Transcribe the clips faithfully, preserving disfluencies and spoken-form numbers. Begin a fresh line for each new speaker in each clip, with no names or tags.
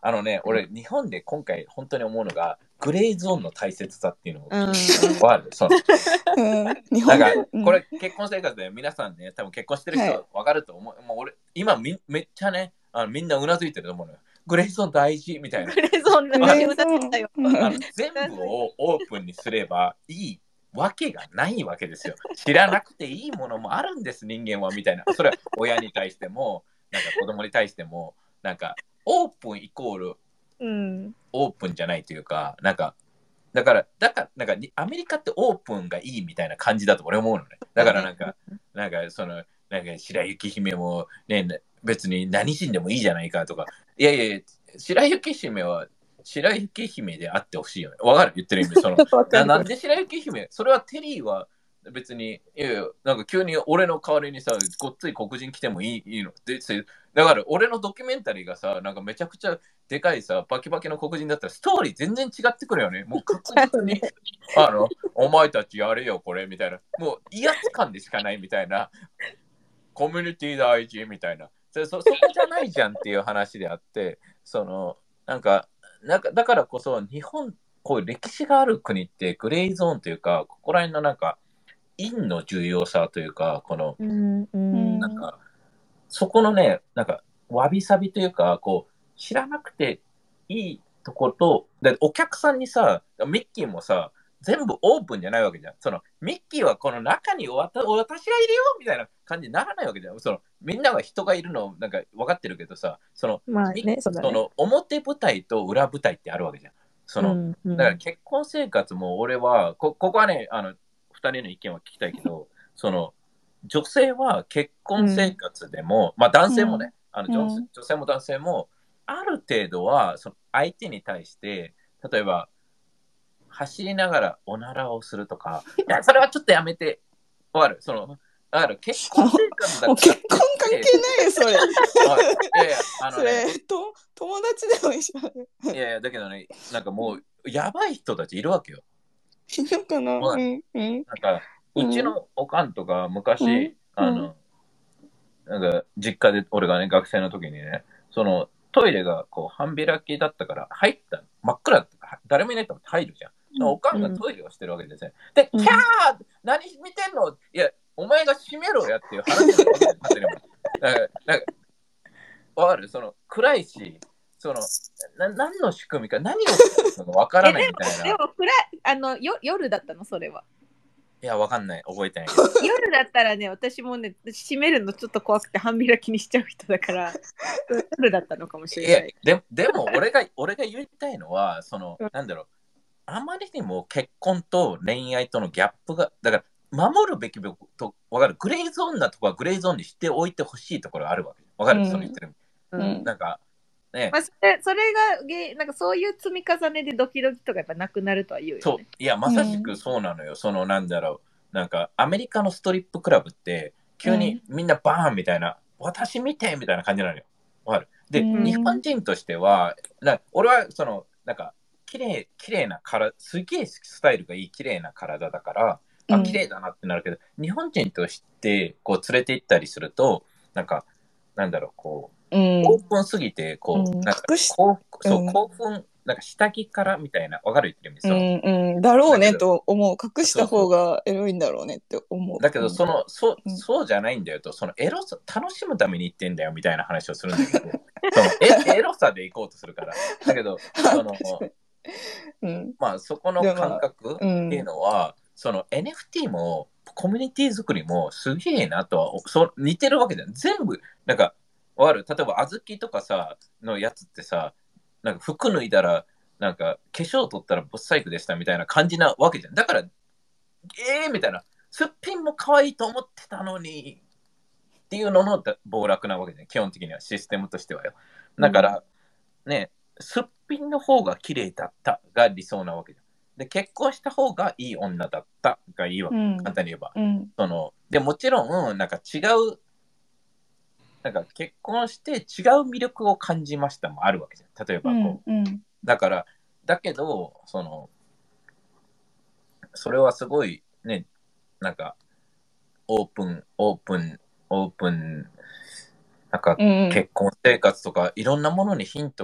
あのね、俺、日本で今回本当に思うのが、グレーゾーンの大切さっていうのを
うん
わかる。その
うん日本
なんか
うん
これ結婚生活で皆さんね、多分結婚してる
はい
人わかると思う。もう俺、今みめっちゃね、あのみんなうなずいてると思うのよ。グレーゾーン大事みたいな。
グレーゾーン
グ
だ
レーゾーン
けだよ。
あの全部をオープンにすればいいわけがないわけですよ。知らなくていいものもあるんです、人間はみたいな。それは親に対しても、なんか子供に対しても、なんかオープンイコール
うん。
オープンじゃないというか、なんか、だから、だから、なんかにアメリカってオープンがいいみたいな感じだと俺思うのね。だからなんか、なんかその、なんか白雪姫もね、別に何しんでもいいじゃないかとか、いやいや、白雪姫は白雪姫であってほしいよね。わかる言ってる意味。そのななんで白雪姫それはテリーは別に、いやいや、なんか急に俺の代わりにさ、ごっつい黒人来てもいいいいの。でだから俺のドキュメンタリーがさ、なんかめちゃくちゃでかいさ、バキバキの黒人だったらストーリー全然違ってくるよね。もう確実に、あの、お前たちやれよ、これ、みたいな。もう威圧感でしかないみたいな。コミュニティ大事みたいな。そ、そそこじゃないじゃんっていう話であって、その、なんか、なんかだからこそ、日本、こういう歴史がある国って、グレーゾーンというか、ここら辺のなんか、陰の重要さというか、この、
うんうん
なんか、そこのね、なんか、わびさびというか、こう、知らなくていいとこと、でお客さんにさ、ミッキーもさ、全部オープンじゃないわけじゃん。そのミッキーはこの中にわた私がいるよみたいな感じにならないわけじゃん。そのみんなは人がいるのなんか分かってるけどさ、その、
まあね、そうだね。
その表舞台と裏舞台ってあるわけじゃん。その、
うんうん
だから結婚生活も俺は、こここはね、あの、ふたりの意見は聞きたいけど、その、女性は結婚生活でも、まあ男性もね、あの女
うん
女性も男性も、ある程度はその相手に対して、例えば、走りながらおならをするとか、いや、それはちょっとやめて、わかるその、だから結婚生活だ
もう
から
結婚関係ないよそれ
おいいやいや、あの
そ
ね、
れと友達でも一緒
いやいや、だけどね、なんかもう、やばい人たちいるわけよ。
いいのかな
わかる
うんうん
なんか、
うん
うちのおかんとか昔、
うん
あの、なんか実家で俺がね、学生の時にね、そのトイレがこう半開きだったから入った真っ暗だったから誰もいないと入るじゃん。
うん
おかんがトイレをしてるわけですね。で、キャー何見てんのいや、お前が閉めろやっていう話になってる勝手にもだからなんかわかるその暗いし、そのな何の仕組みか何をしてるのかわからないみたいな。
でも暗いあのよ夜だったのそれは。
いや、わかんない。覚えてないけど。
夜だったらね、私もね、閉めるのちょっと怖くて半開きにしちゃう人だから、夜だったのかもし
いや
れない。
ででも俺が俺が言いたいのはそのなんだろうあまりにも結婚と恋愛とのギャップがだから守るべきと分かるグレーゾーンなところはグレーゾーンにしておいてほしいところがあるわけ分かる、
うん
その言ってる、
うん
なんかね、
まあ、それそれがげなんかそういう積み重ねでドキドキとかやっぱなくなるとは言うよね。
そういやまさしくそうなのよ、そのなんだろうなんかアメリカのストリップクラブって急にみんなバーンみたいな、私見てみたいな感じなのよ分かるで、
うん
日本人としてはな俺はそのなんか綺麗綺麗な体すげえスタイルがいい綺麗な体だからあ綺麗だなってなるけど、日本人としてこう連れて行ったりするとなんかなんだろうこう、
うん
オープンすぎてこう、
うん
なんか
隠し
こうそう、
うん
興奮なんか下着からみたいな分かる言ってる意味その、
うんうんだろうね
だけど
と思う隠した方がエロいんだろうねって思う
だけどその、そ
うん
そうじゃないんだよとそのエロさ楽しむために言ってんだよみたいな話をするんだけどそのエエロさで行こうとするからだけどその
うん
まあそこの感覚っていうのは、その エヌエフティー もコミュニティ作りもすげえなとはそ似てるわけじゃん全部なんかわかる例えば小豆とかさのやつってさなんか服脱いだらなんか化粧取ったらブサイクでしたみたいな感じなわけじゃんだからえーみたいなすっぴんも可愛いと思ってたのにっていうのの暴落なわけじゃん基本的にはシステムとしてはよだから、うん、ねすっぴんの方が綺麗だったが理想なわけじゃんで結婚した方がいい女だったがいいわけ、うん、簡単に言えば、
うん、
そのでもちろんなんか違うなんか結婚して違う魅力を感じましたもあるわけじゃん例えばこう、
うんうん、
だからだけどそのそれはすごいねなんかオープンオープンオープンなんか結婚生活とかいろんなものにヒントが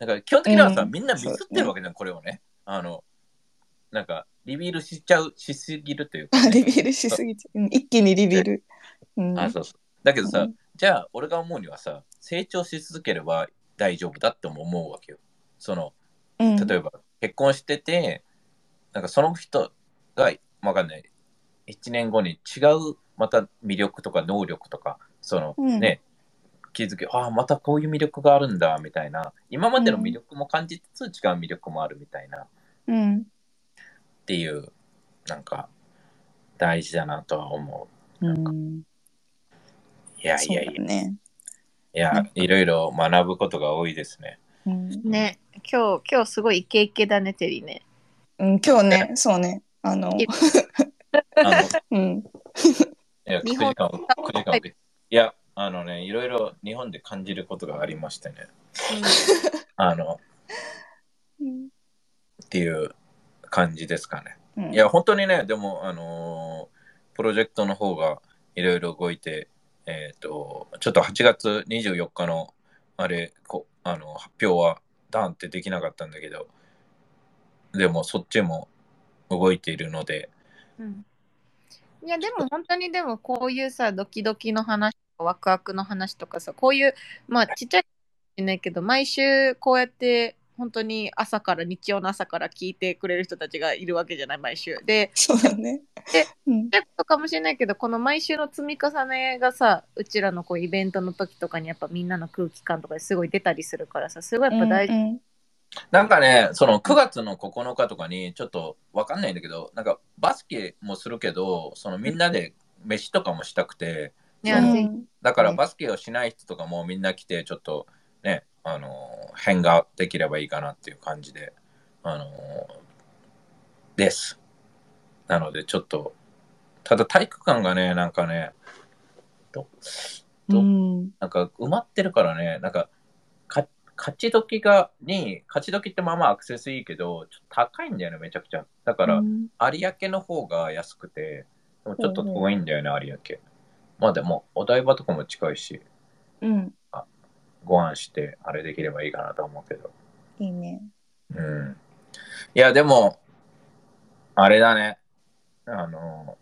だから基本的にはさ、
うん
みんなミスってるわけじゃん、これをね。あの、なんか、リビールしちゃう、しすぎるというか、
あ、
ね。
リビールしすぎて、うん一気にリビール。うん
あ、そうそう。だけどさ、
うん
じゃあ、俺が思うにはさ、成長し続ければ大丈夫だって思うわけよ。その、
うん
例えば、結婚してて、なんかその人が、わかんない、いちねんごに違う、また魅力とか能力とか、その
うん
ね、気づき、ああ、またこういう魅力があるんだ、みたいな、今までの魅力も感じつつ違う魅力もあるみたいな、っ
うん
ていう、なんか、大事だなとは思う。
うん
いやい
そう
やいや、
だね。
いや、いろいろ学ぶことが多いですね。
うん
ね、今日、今日すごいイケイケだね、テリーね。
うん今日ね、そうね。あの、
あの、
うん
いや、9
日本
時間、9時間受け、いや、あのね、いろいろ日本で感じることがありましてね、あの、
うん
っていう感じですかね。
うん
いや、本当にね、でも、あのープロジェクトの方がいろいろ動いて、えっ、と、ちょっとはちがつにじゅうよっかの、あれ、こあの発表はダンってできなかったんだけど、でもそっちも動いているので、
うんいや、でも本当にでもこういうさ、ドキドキの話とかワクワクの話とかさ、こういう、まあちっちゃいかもしれないけど、毎週こうやって本当に朝から、日曜の朝から聞いてくれる人たちがいるわけじゃない、毎週。で、
そうだね。
で、
うん
ちっちゃいことかもしれないけど、この毎週の積み重ねがさ、うちらのこうイベントの時とかにやっぱみんなの空気感とかですごい出たりするからさ、すごいやっぱ大事。
うん
なんかね、そのくがつのここのかとかにちょっとわかんないんだけど、なんかバスケもするけど、そのみんなで飯とかもしたくて、
いや、
その
ぜひ。
だからバスケをしない人とかもみんな来て、ちょっとね、あの、変ができればいいかなっていう感じで、あの、です。なのでちょっと、ただ体育館がね、なんかね、ど
う
ど
ん
なんか埋まってるからね、なんか、か勝ち時がに、勝ち時ってまあまあアクセスいいけど、ちょっと高いんだよね、めちゃくちゃ。だから、
うん
有明の方が安くて、でもちょっと遠いんだよね、有明。まあでも、お台場とかも近いし、
うん
ご飯して、あれできればいいかなと思うけど。
いいね。
うん。いや、でも、あれだね。あの、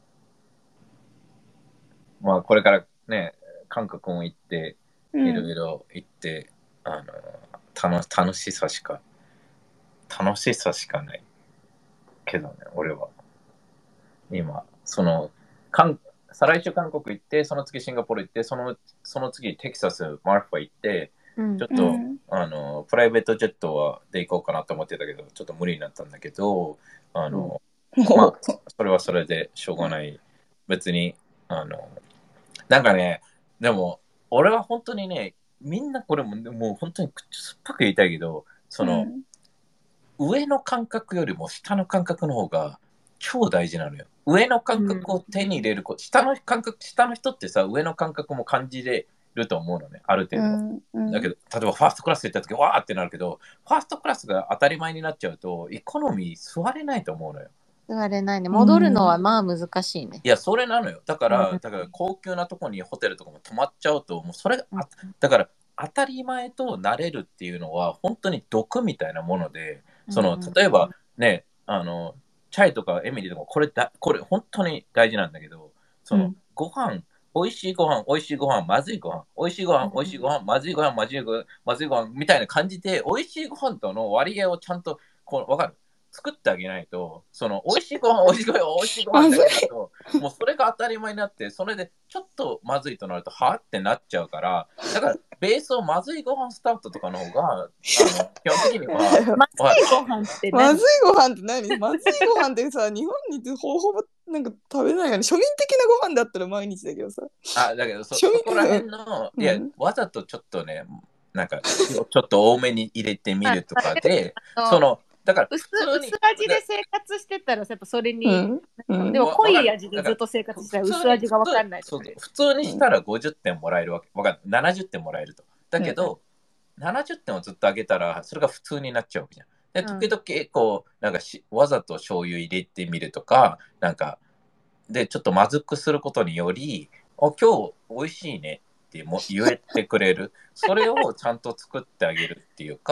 まあこれからね、韓国も行って、
うん
いろいろ行って、あの、楽楽しさしか、楽しさしかないけどね、俺は。今、その、韓再来週韓国行って、その次シンガポール行って、そのその次テキサス、マーファ行って、
うん
ちょっと、
うん
あの、プライベートジェットはで行こうかなと思ってたけど、ちょっと無理になったんだけど、あの、ま
も
あ、そそれはそれでしょうがない。別に、あの、なんかね、でも、俺は本当にね、みんなこれも、もう本当に口酸っぱく言いたいけど、その、
うん
上の感覚よりも下の感覚の方が超大事なのよ。上の感覚を手に入れるこ、下の感覚、下の人ってさ、上の感覚も感じれると思うのね、ある程
う
度は。
んうん
だけど、例えばファーストクラス行った時、わーってなるけど、ファーストクラスが当たり前になっちゃうと、エコノミー座れないと思うのよ。
座れないね。戻るのはまあ難しいね。
いや、それなのよ。だから、
うん
だから高級なとこにホテルとかも泊まっちゃうと、もうそれが、
うん
あだから当たり前となれるっていうのは、本当に毒みたいなもので、その、
うん
例えばね、あの、チャイとかエミリーとか、これだ、これ本当に大事なんだけど、その、
うん
ご飯、美味しいご飯、美味しいご飯、まずいご飯、美味しいご飯、美味しいご飯、まずいご飯、まずいご飯、まずいご飯みたいな感じで、美味しいご飯との割合をちゃんと、こう、わかる作ってあげないと、その、美味しいご飯、美味しいご飯、美味しいご飯だけだと、もうそれが当たり前になって、それでちょっとまずいとなると、はってなっちゃうから、だから、ベースをまずいご飯スタートとかの方が、あの基本的には、
まずいご飯って何
まずいご飯って何まずいご飯ってさ、日本にってほぼほぼなんか食べれないよね。庶民的なご飯だったら毎日だけどさ。
あ、だけどそ、
庶民
そこら辺の、
うん
いや、わざとちょっとね、なんか、ちょっと多めに入れてみるとかで、
あの
その、だから、
薄
普通に
薄味で生活してたらやっぱそれに、
うんうん
でも濃い味でずっと生活したら
普通に
薄味が分かんないとか
そう普通にしたらごじゅってんもらえるわけ。わかんない。ななじゅってんもらえると。だけど、ななじゅってんをずっと上げたら、それが普通になっちゃうわけじゃん。で、
うん
時々、こう、なんかし、わざと醤油入れてみるとか、なんか、で、ちょっとまずくすることにより、あ、今日美味しいねっても言えてくれる。それをちゃんと作ってあげるっていうか、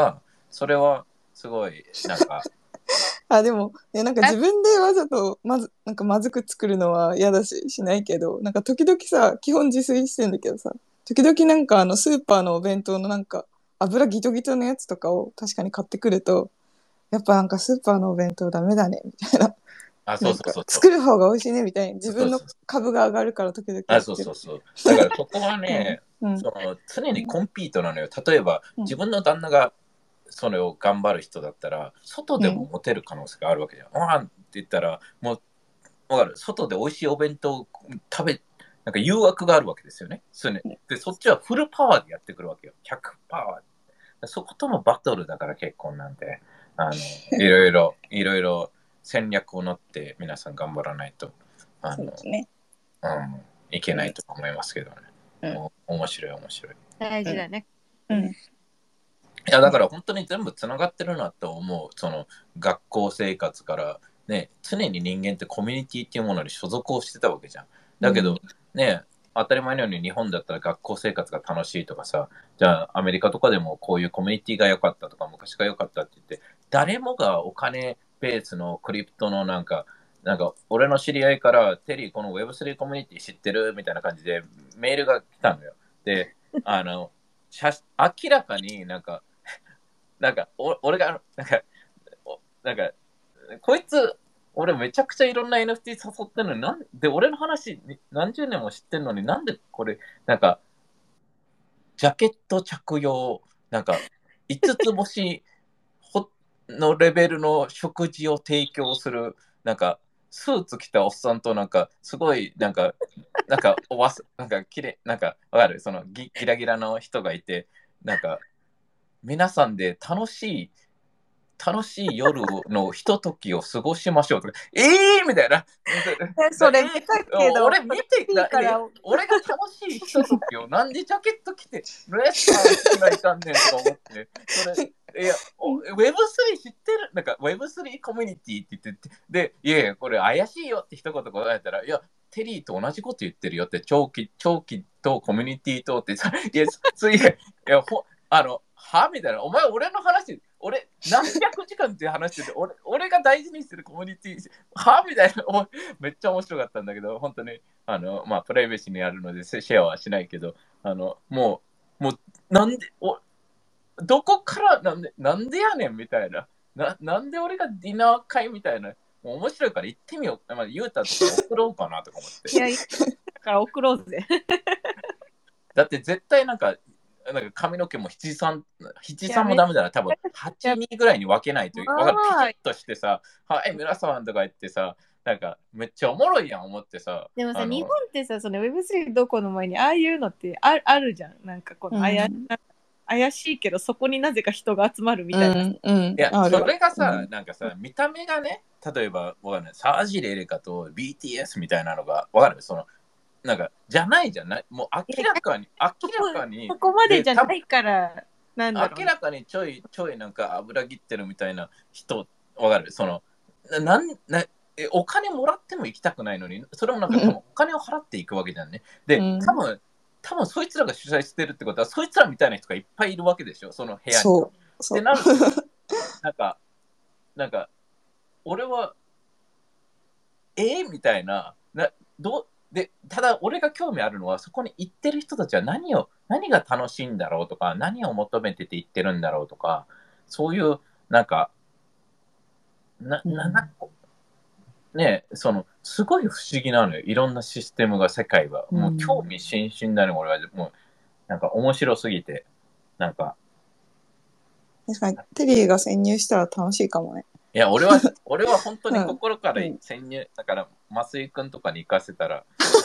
それはすごい、なんか、
あ、でも、ね、なんか自分でわざとまず、なんかまずく作るのは嫌だし、しないけど、なんか時々さ、基本自炊してんだけどさ、時々なんかあのスーパーのお弁当のなんか油ギトギトのやつとかを確かに買ってくると、やっぱなんかスーパーのお弁当ダメだね、みたいな。
あ、
なんか
そうそうそうそう。
作る方が美味しいね、みたいな。自分の
そうそうそう
株が上がるから時々
あ、
やってる。
そうそうそう。だからそこはね、
うんうん
その常にコンピートなのよ。例えば、
うん
自分の旦那がそれを頑張る人だったら、外でもモテる可能性があるわけじゃん。あーって言ったら、もう、わかる。外で美味しいお弁当を食べ、なんか誘惑があるわけですよね。それねで、そっちはフルパワーでやってくるわけよ。ひゃくパワー。そことのバトルだから結婚なんて、あの、いろいろ、いろいろ戦略を練って皆さん頑張らないと、あの
そうで、すね。
うん、いけないと思いますけどね。
うん
お面白い面白い。
大事だね。
うん。
いやだから本当に全部つながってるなと思う。その学校生活からね、常に人間ってコミュニティっていうものに所属をしてたわけじゃん。だけど、
うん
ね、当たり前のように日本だったら学校生活が楽しいとかさ、じゃあアメリカとかでもこういうコミュニティが良かったとか昔が良かったって言って、誰もがお金ベースのクリプトのなんか、なんか俺の知り合いからテリーこの ウェブスリー コミュニティ知ってるみたいな感じでメールが来たのよ。で、あの、写明らかになんか、なんか、お俺が、なんか、おなんか、こいつ、俺めちゃくちゃいろんな エヌエフティー 誘ってんのに、なんで、俺の話に何十年も知ってんのになんでこれ、なんか、ジャケット着用、なんか、五つ星ほのレベルの食事を提供する、なんか、スーツ着たおっさんと、なんか、すごい、なんか、なんか、おわす、なんか、きれい、なんか、わかるそのギ、ギラギラの人がいて、なんか、皆さんで楽しい、楽しい夜のひとときを過ごしましょうとか、ええー、みたいな。
それ見たけど、
俺見て
いいから
ね俺が楽しいひとときをなんでジャケット着てレストラン行ってないかんねんとか思って、それ、いや、ウェブスリー 知ってるなんか ウェブスリー コミュニティって言ってて、で、いやいや、これ怪しいよって一言答えたら、いや、テリーと同じこと言ってるよって、長期、長期とコミュニティとってさ、いや、つい、いや、ほ、あの、はみたいな。お前、俺の話、俺、何百時間って話してて、俺俺が大事にしてるコミュニティ、はみたいな。お前めっちゃ面白かったんだけど、本当に、あの、まあ、プライベーシーにあるので、シェアはしないけど、あの、もう、もう、なんで、おどこからなんで、なんでやねんみたいな。ななんで俺がディナー会みたいな。もう面白いから行ってみよう。まあ、言うたとか送ろうかなとか思って。
いや、だから送ろうぜ。
だって絶対なんか、なんか髪の毛も七三、七三もダメだな。多分はちにぐらいに分けないと。わかる。ピシッとしてさ、はい、皆さんとか言ってさ、なんかめっちゃおもろいやん思ってさ。
でもさ、
あの
日本ってさ、その ウェブスリー どこの前に、ああいうのってああるじゃん。なんかこの怪,、
うん
怪しいけど、そこになぜか人が集まるみたいな。
うんうん
いや、
ある
それがさ、
うん
なんかさ、見た目がね、例えば、わかんない、サージレレカと ビーティーエス みたいなのが、わかるその、なんか、じゃないじゃないもう明らかに、明らかに、
そこまでじゃ
で多分
ないから、なんだろう
明。らかにちょいちょいなんか油切ってるみたいな人、わかるその、ななんなえお金もらっても行きたくないのに、それもなんか多分お金を払っていくわけじゃんね。で、
うん
多分、多分そいつらが主催してるってことは、そいつらみたいな人がいっぱいいるわけでしょ、その部屋に。
そうそう
ってなると、なんか、なんか、俺は、えー、みたいな、などうで、ただ俺が興味あるのは、そこに行ってる人たちは何を、何が楽しいんだろうとか、何を求めてて行ってるんだろうとか、そういう、なんか、な、な、なねその、すごい不思議なのよ。いろんなシステムが世界は。もう興味津々なの、俺は。もう、なんか面白すぎて、なんか。
確かに、テリーが潜入したら楽しいかもね。
いや、俺は、俺は本当に心から潜入、だから、増井くんとかに行かせたら、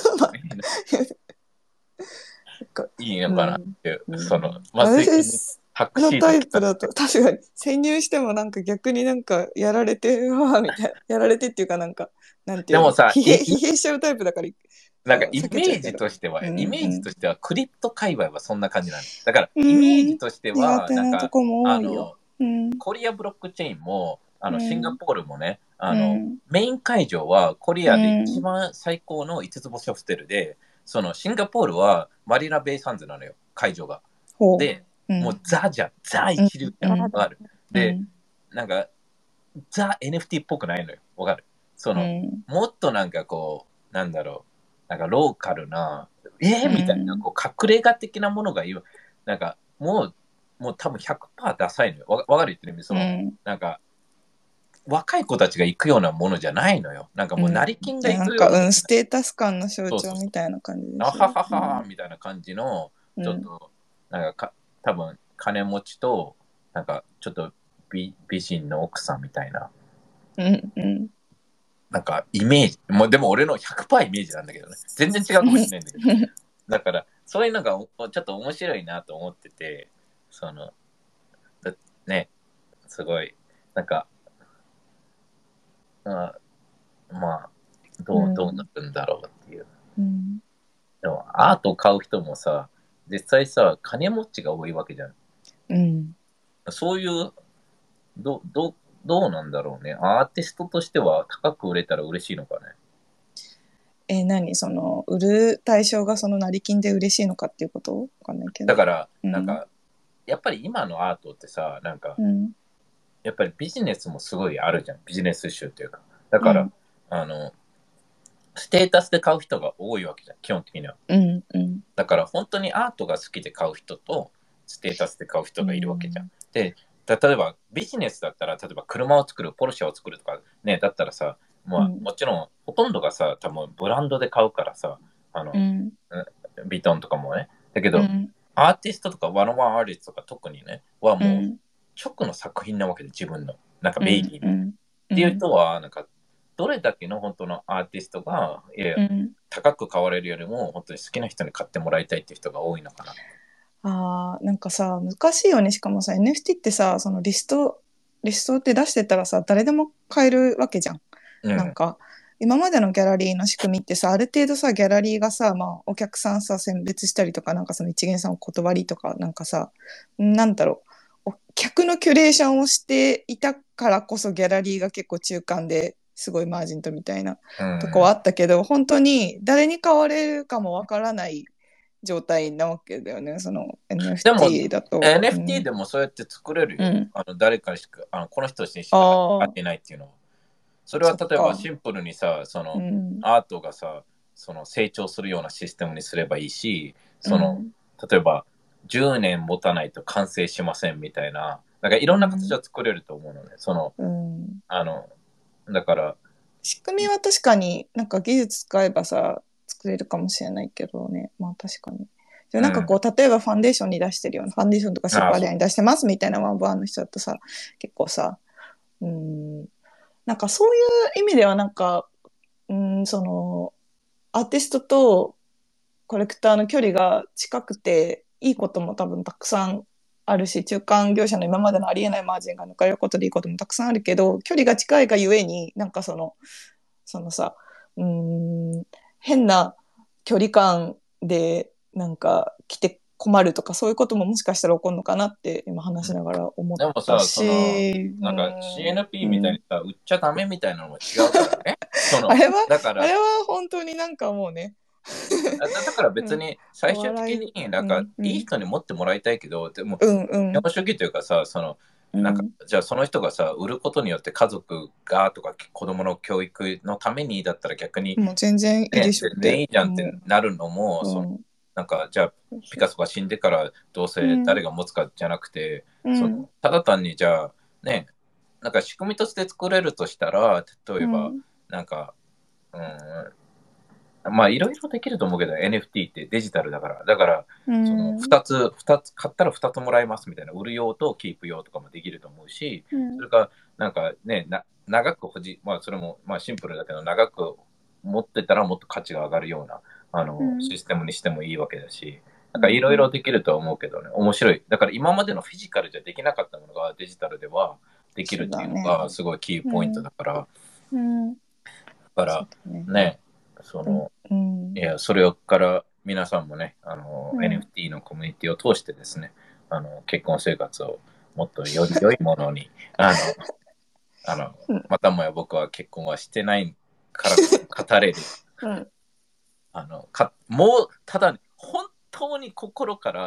いいのかなっていう、
うん、
その、増井くんにタクシー
のタイプだと、確かに、潜入してもなんか逆になんかやられてるわ、みたいな。やられてっていうかなんか、なんていうの。
でもさ
疲弊、疲弊しちゃうタイプだから。
なんかイメージとしては、
うん、
イメージとしては、クリプト界隈はそんな感じなんです。だから、
うん、
イメージとしては、
苦手なとこも多いよ。
あの、コリアブロックチェーンも、あの、
うん、
シンガポールもね、あの、
うん、
メイン会場はコリアで一番最高の五つ星ホステルで、そのシンガポールはマリラベイサンズなのよ、会場が。で、もうザじゃん、ザ一流じゃん、わかる。 で、
うん
なんか、ザ・ エヌエフティー っぽくないのよ。わかる？その、
うん
もっとなんかこう、なんだろう、なんかローカルな、えー、みたいな、こう隠れ家的なものが言う、なんか、もう、もう多分 ひゃくパーセント ダサいのよ。わわかる言ってる意味、その、
うん
なんか、若い子たちが行くようなものじゃないのよ。なんかもう、
うん
成金が
いやなん
行くようなもの。
かうんステータス感の象徴
そうそうそう。
みたいな感じで
あ
しょ。
ははは、みたいな感じの、
うん
ちょっと、なんかか、多分金持ちと、なんか、ちょっと美美人の奥さんみたいな、
うんうん
なんかイメージ、もうでも俺の ひゃくパーセント イメージなんだけどね。全然違うかもしれないんだけど。だから、そういうのがおちょっと面白いなと思ってて、その、だね、すごい、なんか、あまあ、どう、どうなるんだろうっていう。
うん
でも、アートを買う人もさ、実際さ、金持ちが多いわけじゃん。
うん
そういう、ど、ど、どうなんだろうね。アーティストとしては高く売れたら嬉しいのかね。
え何その売る対象がその成金で嬉しいのかっていうことわかんないけど。
だから、
うん
なんか、やっぱり今のアートってさ、なんか、
うん
やっぱりビジネスもすごいあるじゃん。ビジネス集っていうか。だから、
うん
あの、ステータスで買う人が多いわけじゃん。基本的には。
うんうん
だから本当にアートが好きで買う人と、ステータスで買う人がいるわけじゃん。で、例えばビジネスだったら、例えば車を作る、ポルシェを作るとかね、だったらさ、まあ、
うん
もちろんほとんどがさ、多分ブランドで買うからさ、あの、
うん
ビトンとかもね。だけど、
うん
アーティストとかワンオンワンアーティストとか特にね、はもう
うん
直の作品なわけで自分の、なんか
うん
ベイビーの。
うん
っていう人は、なんか、どれだけの本当のアーティストが、いや、
うん
高く買われるよりも、本当に好きな人に買ってもらいたいっていう人が多いのかな。
あーなんかさ難しいよね。しかもさ エヌエフティー ってさそのリストリストって出してたらさ誰でも買えるわけじゃん。
うん。
なんか今までのギャラリーの仕組みってさある程度さギャラリーがさ、まあ、お客さんさ選別したりとかなんかその一元さんお断りとかなんかさなんだろうお客のキュレーションをしていたからこそギャラリーが結構中間ですごいマージンとみたいな
うん
とこはあったけど、本当に誰に買われるかもわからない状態なわけだよねその
でも、
エヌエフティー だと。
エヌエフティー
うん
でもそうやって作れるよ。
うん
あの誰かにしか、あのこの人にしか
ああ
買ってないっていうのは。それは
そっか
例えばシンプルにさ、その、
うん
アートがさ、その成長するようなシステムにすればいいし、その、
うん
例えばじゅうねん持たないと完成しませんみたいな、なんかいろんな形は作れると思うのね。その、
うん
あの、だから、
仕組みは確かになんか技術使えばさ作れるかもしれないけどね。まあ確かに。でもなんかこう、例えばファンデーションに出してるようなファンデーションとかスーパーレアに出してますみたいなワンバーの人だとさ結構さうーんなんかそういう意味ではなんかうーんそのアーティストとコレクターの距離が近くていいことも多分たくさんあるし中間業者の今までのありえないマージンが抜かれることでいいこともたくさんあるけど距離が近いがゆえになんかそのそのさうーん変な距離感でなんか来て困るとかそういうことももしかしたら起こるのかなって今話しながら思った
でもさ、その、
し、
なんか シーエヌピー みたいに
う
さ、売っちゃダメみたいなのも違うからね。その、
んあれは
だから
あれ、は本当になんかもうね
だだから別に最終
お笑
的
い
になんか
うんうん
いい人に持ってもらいたいけど、でも、
うんうん
資本主義というかさ、その、なんか、じゃあその人がさ、売ることによって家族がとか子供の教育のためにだったら逆に、
もう全然いい
ね、
でしょって。
全然いいじゃんってなるのも、その
うん
なんか、じゃあピカソが死んでからどうせ誰が持つかじゃなくて、
うん
そのただ単にじゃあ、ね、なんか仕組みとして作れるとしたら、例えば、
うん
なんか、うんまあいろいろできると思うけど エヌエフティー ってデジタルだから。だから
うん
そのふたつ、ふたつ、買ったらふたつもらえますみたいな、売る用とキープ用とかもできると思うし、
うん
それからなんかね、な長く保持、まあそれもまあシンプルだけど、長く持ってたらもっと価値が上がるようなあの、
うん
システムにしてもいいわけだし、なんかいろいろできるとは思うけどね、面白い。だから今までのフィジカルじゃできなかったものがデジタルではできるっていうの
そうだ
がすごいキーポイントだから、だ
うん
から
そうだね
ね、その、
うん
いや、それから皆さんもね、あの、
うん
エヌエフティー のコミュニティを通してですね、あの、結婚生活をもっとより良いものに、あの、あの
うん、
またもや僕は結婚はしてないから語れる、
うん
あの、かもう、ただ、本当に心から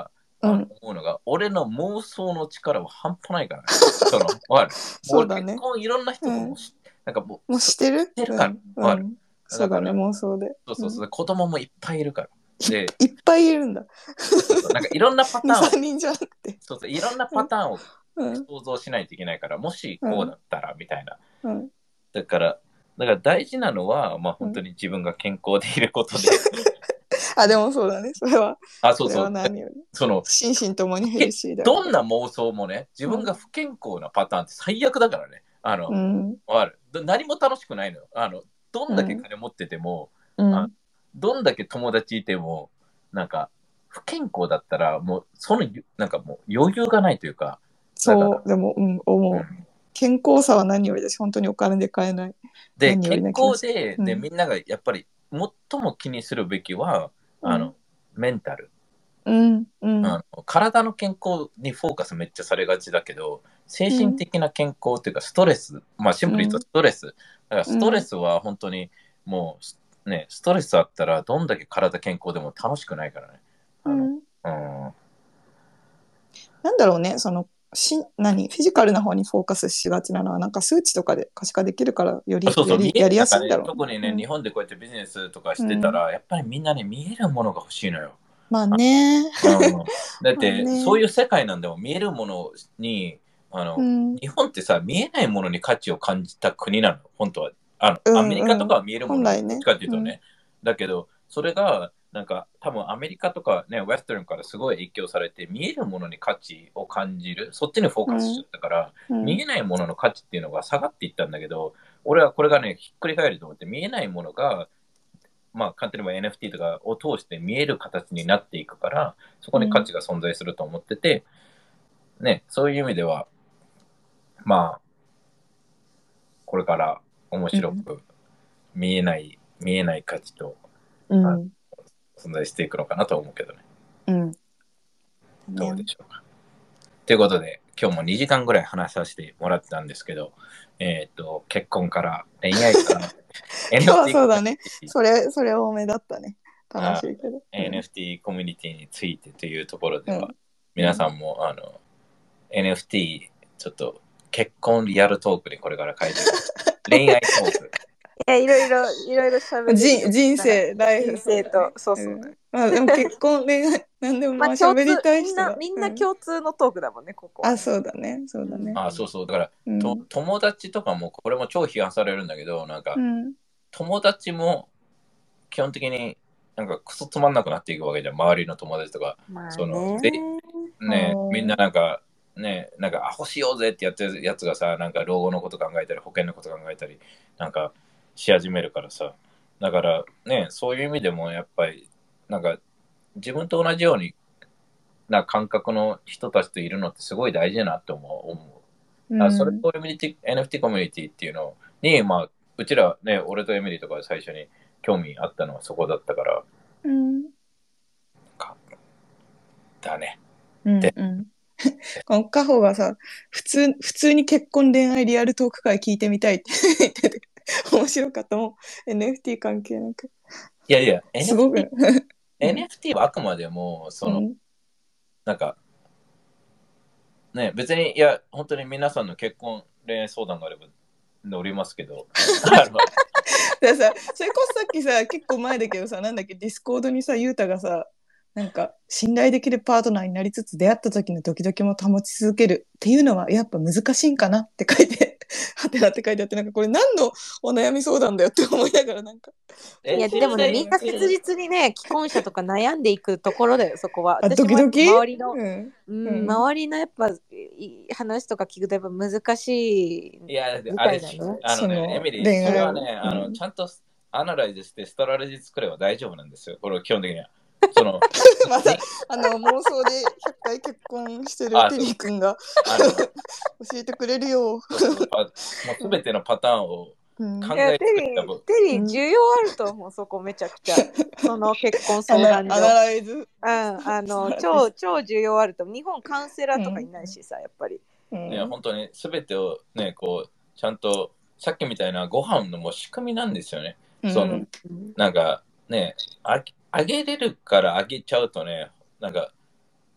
あの思うのが、俺の妄想の力は半端ないからね。その、わかる。
そうだね
結婚いろんな人ともし、なんかもう、
もうしてる
してるから、
うん
わかる。
うんそうだね、妄想で。
そうそうそう、子供もいっぱいいるから。で、
いっぱいいるんだ。
そうそうそうなんかいろんなパタ
に、
ーンを、
さんにんじゃなくて。
そうそう、いろんなパターンを
うん
想像しないといけないから、もしこうだったらみたいな。
うん
だから、だから大事なのは、まあ本当に自分が健康でいることで。
あ、でもそうだね。それは、
あ、そう
それ
そう。
は何より。
その、
心身ともにヘルシーだ。
どんな妄想もね、自分が不健康なパターンって最悪だからね。あの、
うん
わかる。ど何も楽しくないのよ。あの、どんだけ金持ってても、
うん
あどんだけ友達いても、なんか、不健康だったら、もう、その、なんかもう余裕がないというか、だから
そう、でも、うん、思う。
うん
健康さは何よりだし、本当にお金で買えない。
で、
何より
健
な気がする
康で、で、
うん
みんながやっぱり、最も気にするべきは、あの、
うん
メンタル。
うん、うん、
あの体の健康にフォーカスめっちゃされがちだけど、精神的な健康っていうか、ストレス、まあシンプルに言うとストレス。だからストレスは本当にもう、ね、ストレスあったらどんだけ体健康でも楽しくないからね。あの
うん。
うん、
なんだろうね、その、し何フィジカルな方にフォーカスしがちなのは、なんか数値とかで可視化できるからより
そうそう、見え
やりやりや
なんかね、
すいんだろうね。
特にね、
うん
日本でこうやってビジネスとかしてたら、やっぱりみんなね、見えるものが欲しいのよ。
まあね。
うん、だって、
まあね
そういう世界なんでも見えるものに、あの、
うん
日本ってさ、見えないものに価値を感じた国なの、本当は。あの、
うん
アメリカとかは見えるもの、
本来ね
どっちかっていうとね。だけど、それが、なんか、多分アメリカとかね、ウェスタンからすごい影響されて、見えるものに価値を感じる、そっちにフォーカスしちゃったから、
うん
見えないものの価値っていうのが下がっていったんだけど、俺はこれがね、ひっくり返ると思って、見えないものが、まあ、簡単に言えば エヌエフティー とかを通して見える形になっていくから、そこに価値が存在すると思ってて、ね、そういう意味では、まあ、これから面白く見えない、見えない価値と
うん
存在していくのかなと思うけどね。
うん
どうでしょうか。ということで、今日もにじかんぐらい話させてもらってたんですけど、えっ、と、結婚から恋愛から、
今日はそうだね。それ、それ多めだったね。楽しいけど。
エヌエフティー コミュニティについてというところでは、
うん
皆さんもあの エヌエフティー ちょっと結婚リアルトークにこれから書いてる恋愛トーク。
いや、いろいろ、いろいろ喋る。
人人生、ライフ。
人生と、そうそう。
んまあ、でも結婚、恋愛、なんでもま
まあ、
あ
共通
喋りたい
みんな、
人は。
みんな
うん
共通のトークだもんね、ここは。
あ、そうだね。そうだね。
あ、そうそう。だから、
うん
と友達とかも、これも超批判されるんだけど、なんか、
うん
友達も基本的になんかクソつまんなくなっていくわけじゃん。周りの友達とか。
まあ
その
ね
でね
あー
みんななんか、ね、なんか、アホしようぜってやってるやつがさ、なんか老後のこと考えたり、保険のこと考えたり、なんかし始めるからさ。だからね、そういう意味でもやっぱり、なんか自分と同じようにな感覚の人たちといるのってすごい大事だなって思う。思うだからそれコミュニティ、エヌエフティー コミュニティっていうのに、まあ、うちらね、俺とエミリーとか最初に興味あったのはそこだったから、
うん
かだね。
うん
で
うんこのカホがさ、普通、普通に結婚恋愛リアルトーク会聞いてみたいって言ってて、面白かったもん。エヌエフティー 関係なんか。
いやいや、
すごく。
エヌエフティー はあくまでも、その、
うん
なんか、ね、別に、いや、本当に皆さんの結婚恋愛相談があれば乗りますけど、あの
でさ、それこそさっきさ、結構前だけどさ、なんだっけ、ディスコードにさ、ゆうたがさ、なんか、信頼できるパートナーになりつつ、出会った時のドキドキも保ち続けるっていうのは、やっぱ難しいんかなって書いて、はてなって書いてあって、なんかこれ何のお悩み相談だよって思いながら、なんか。
え
いや、でもね、みんな
信頼
切実にね、既婚者とか悩んでいくところだよ、そこは。
あ、ドキドキ
私も周りの、
うん
うん
うん
周りのやっぱい話とか聞くとやっぱ難しい
いや、
み
あれ
たいだね。
あのね、
その
エミリー、
恋愛
それはね、あの、
うん
ちゃんとアナライズしてストラテジー作れば大丈夫なんですよ。これは基本的には。その、
また、あの、妄想でひゃっかい結婚してる
あ
テリー君が
あの、
教えてくれるよ。
あもうすべてのパターンを
うん
考
いや、
え
テリー、
作った分、
テリー需要あると思う、そこめちゃくちゃ。その結婚
アナア
相談所。
ナライズ。
うん、あの
素晴らしい
超超需要あると思う。日本カウンセラーとかいないしさ、やっぱり。
うん
いや、本当にすべてをね、こう、ちゃんと、さっきみたいなご飯のもう仕組みなんですよね。その、なんかね、ああげれるからあげちゃうとね、なんか、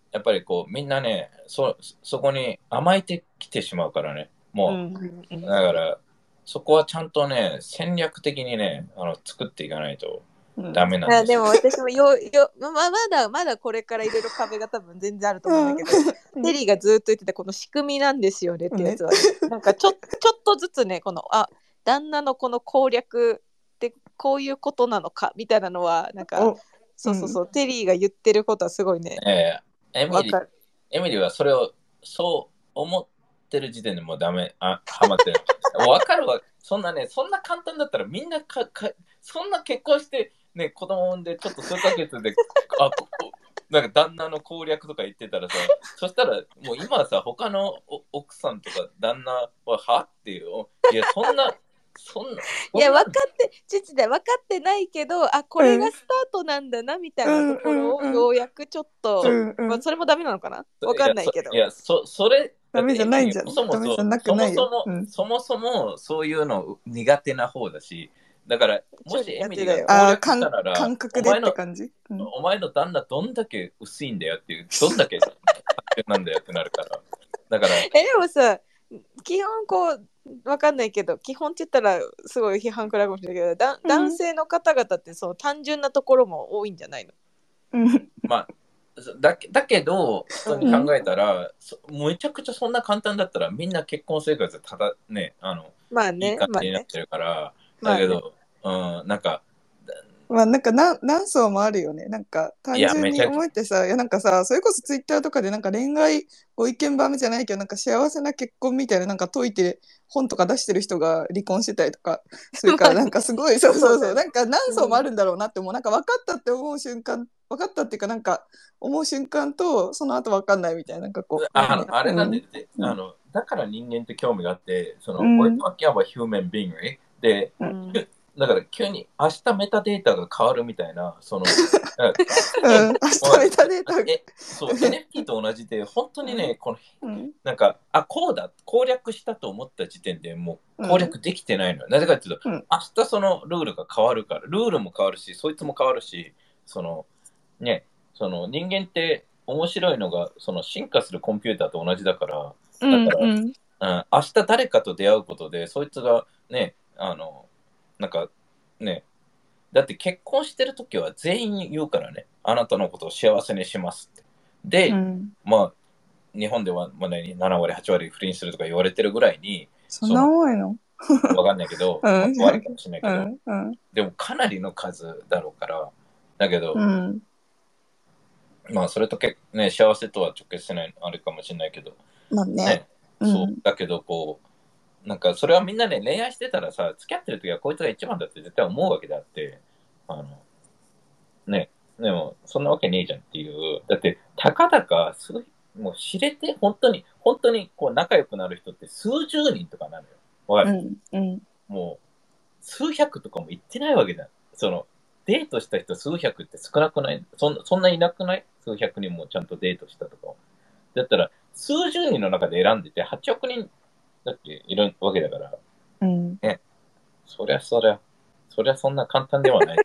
やっぱりこうみんなね、そ、そこに甘えてきてしまうからね。もう、
うんうんうん
だから、そこはちゃんとね、戦略的にね、あの作っていかないと
うん
ダメなん
あで
ですよ。
も私もよよ、ま、まだまだこれからいろいろ壁が多分全然あると思うんだけど、
うん
テリーがずっと言ってたこの仕組みなんですよねってやつはね、なんかちょちょっとずつね、このあ旦那のこの攻略ってこういうことなのかみたいなのはなんか
お
そうそうそう、テリーが言ってることはすごいね
えーエミリー、
わかる。
エミリーはそれをそう思ってる時点でもうダメ、あ、ハマってる。わかるわ。そんなね、そんな簡単だったらみんなか、かそんな結婚して、ね、子供産んでちょっと数ヶ月で、あ、ここなんか旦那の攻略とか言ってたらさ、そしたらもう今さ、他のお奥さんとか旦那ははっていう、いや、そんな、そんな、
いや
そんな
分かって父で分かってないけどあこれがスタートなんだなみたいなところを
うんうんうん
ようやくちょっと、
うんうん
まあ、それもダメなのかな分
いや、そ
かんないけど
いやそそれ、だ
ダメ
ってエミリー
じゃないんじゃ
もそもそ
ダメじゃなく
そ
ないよ。
もそも、
うん
そもそもそういうの苦手な方だし、だから、も
超
しエミリー
苦手だよ。
ああ、
が攻略し
感
たなら、
感覚でっ
お前の、
て感じ。うん
お前の旦那どんだけ薄いんだよっていう、どんだけ単純なんだよってなるから。だから、
えでもさ基本こうわかんないけど基本って言ったらすごい批判食らうかもしれないけどだ
うん
男性の方々ってそう単純なところも多いんじゃないの？
うん
まあ、だけだけど、普通に考えたら、そめちゃくちゃそんな簡単だったら、みんな結婚生活ただね、あの、
まあ
いい感
ねまあね
じになってるから、
まあね
だけど、うん、なんか、
まあなんか何何層もあるよね。なんか
いや、
単純に
めちゃくちゃ、
思ってさ、いやなんかさ、それこそツイッターとかでなんか恋愛ご意見番じゃないけど、なんか幸せな結婚みたいななんか解いて本とか出してる人が離婚してたりとか、それからなんかすごい、そうそうそう、なんか何層もあるんだろうなって思う。なんか分かったって思う瞬間、分かったっていうかなんか思う瞬間と、その後分かんないみたいな、なんかこう。
あの、
ね、
あれなんで、
うん
であの、だから人間って興味があって、その、
うん
we're talking about human being, right? で、
うん
だから急に明日メタデータが変わるみたいな、その、
うん、明日メタデータ。
え、そう、エヌエフティー と同じで、本当にね、この、
うん
なんか、あ、こうだ、攻略したと思った時点でもう攻略できてないのよ。なぜかっていうと、
うん
明日そのルールが変わるから、ルールも変わるし、そいつも変わるし、その、ね、その人間って面白いのが、その進化するコンピューターと同じだから、
うん
だから、
うん
うん、明日誰かと出会うことで、そいつがね、あの、なんかね、だって結婚してるときは全員言うからね、あなたのことを幸せにしますって。で、
うん
まあ、日本ではまあねなな割、はち割不倫するとか言われてるぐらいに、
そんな多いの？
わかんないけど、
うん
まあ、悪いかもしれないけ
う
ど、
んうん
でもかなりの数だろうから、だけど、
うん
まあ、それとけ、ね、幸せとは直結してない、あれかもしれないけど、
まあね。
ね、
うん
そう、だけど、こう、なんか、それはみんなね、恋愛してたらさ、付き合ってる時はこいつが一番だって絶対思うわけであって、あの、ね、でも、そんなわけねえじゃんっていう、だって、たかだか、すごい、もう知れて、本当に、本当にこう仲良くなる人って数十人とかなるよ。わか
う
る？
んうん
もう、数百とかも行ってないわけじゃん。その、デートした人数百って少なくない？そんそんないなくない？数百人もちゃんとデートしたとか。だったら、数十人の中で選んでて、はちおく人だっているわけだから、
うん
そりゃそりゃ、そりゃそんな簡単ではない。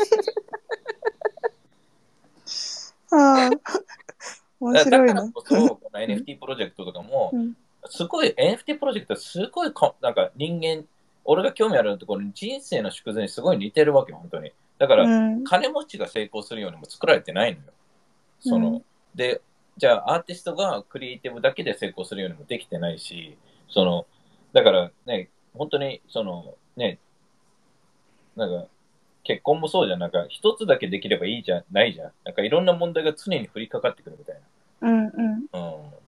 ああ面
だ
白いな。
からこそ、この エヌエフティー プロジェクトとかも、
うん
すごい、エヌエフティー プロジェクトはすごいか、なんか人間、俺が興味あるところに人生の縮図にすごい似てるわけよ、本当に。だから、
うん
金持ちが成功するようにも作られてないのよ。その、
うん
で、じゃあアーティストがクリエイティブだけで成功するようにもできてないし、その、だからね、本当に、その、ね、なんか、結婚もそうじゃん。なんか、一つだけできればいいじゃないじゃん。なんか、いろんな問題が常に降りかかってくる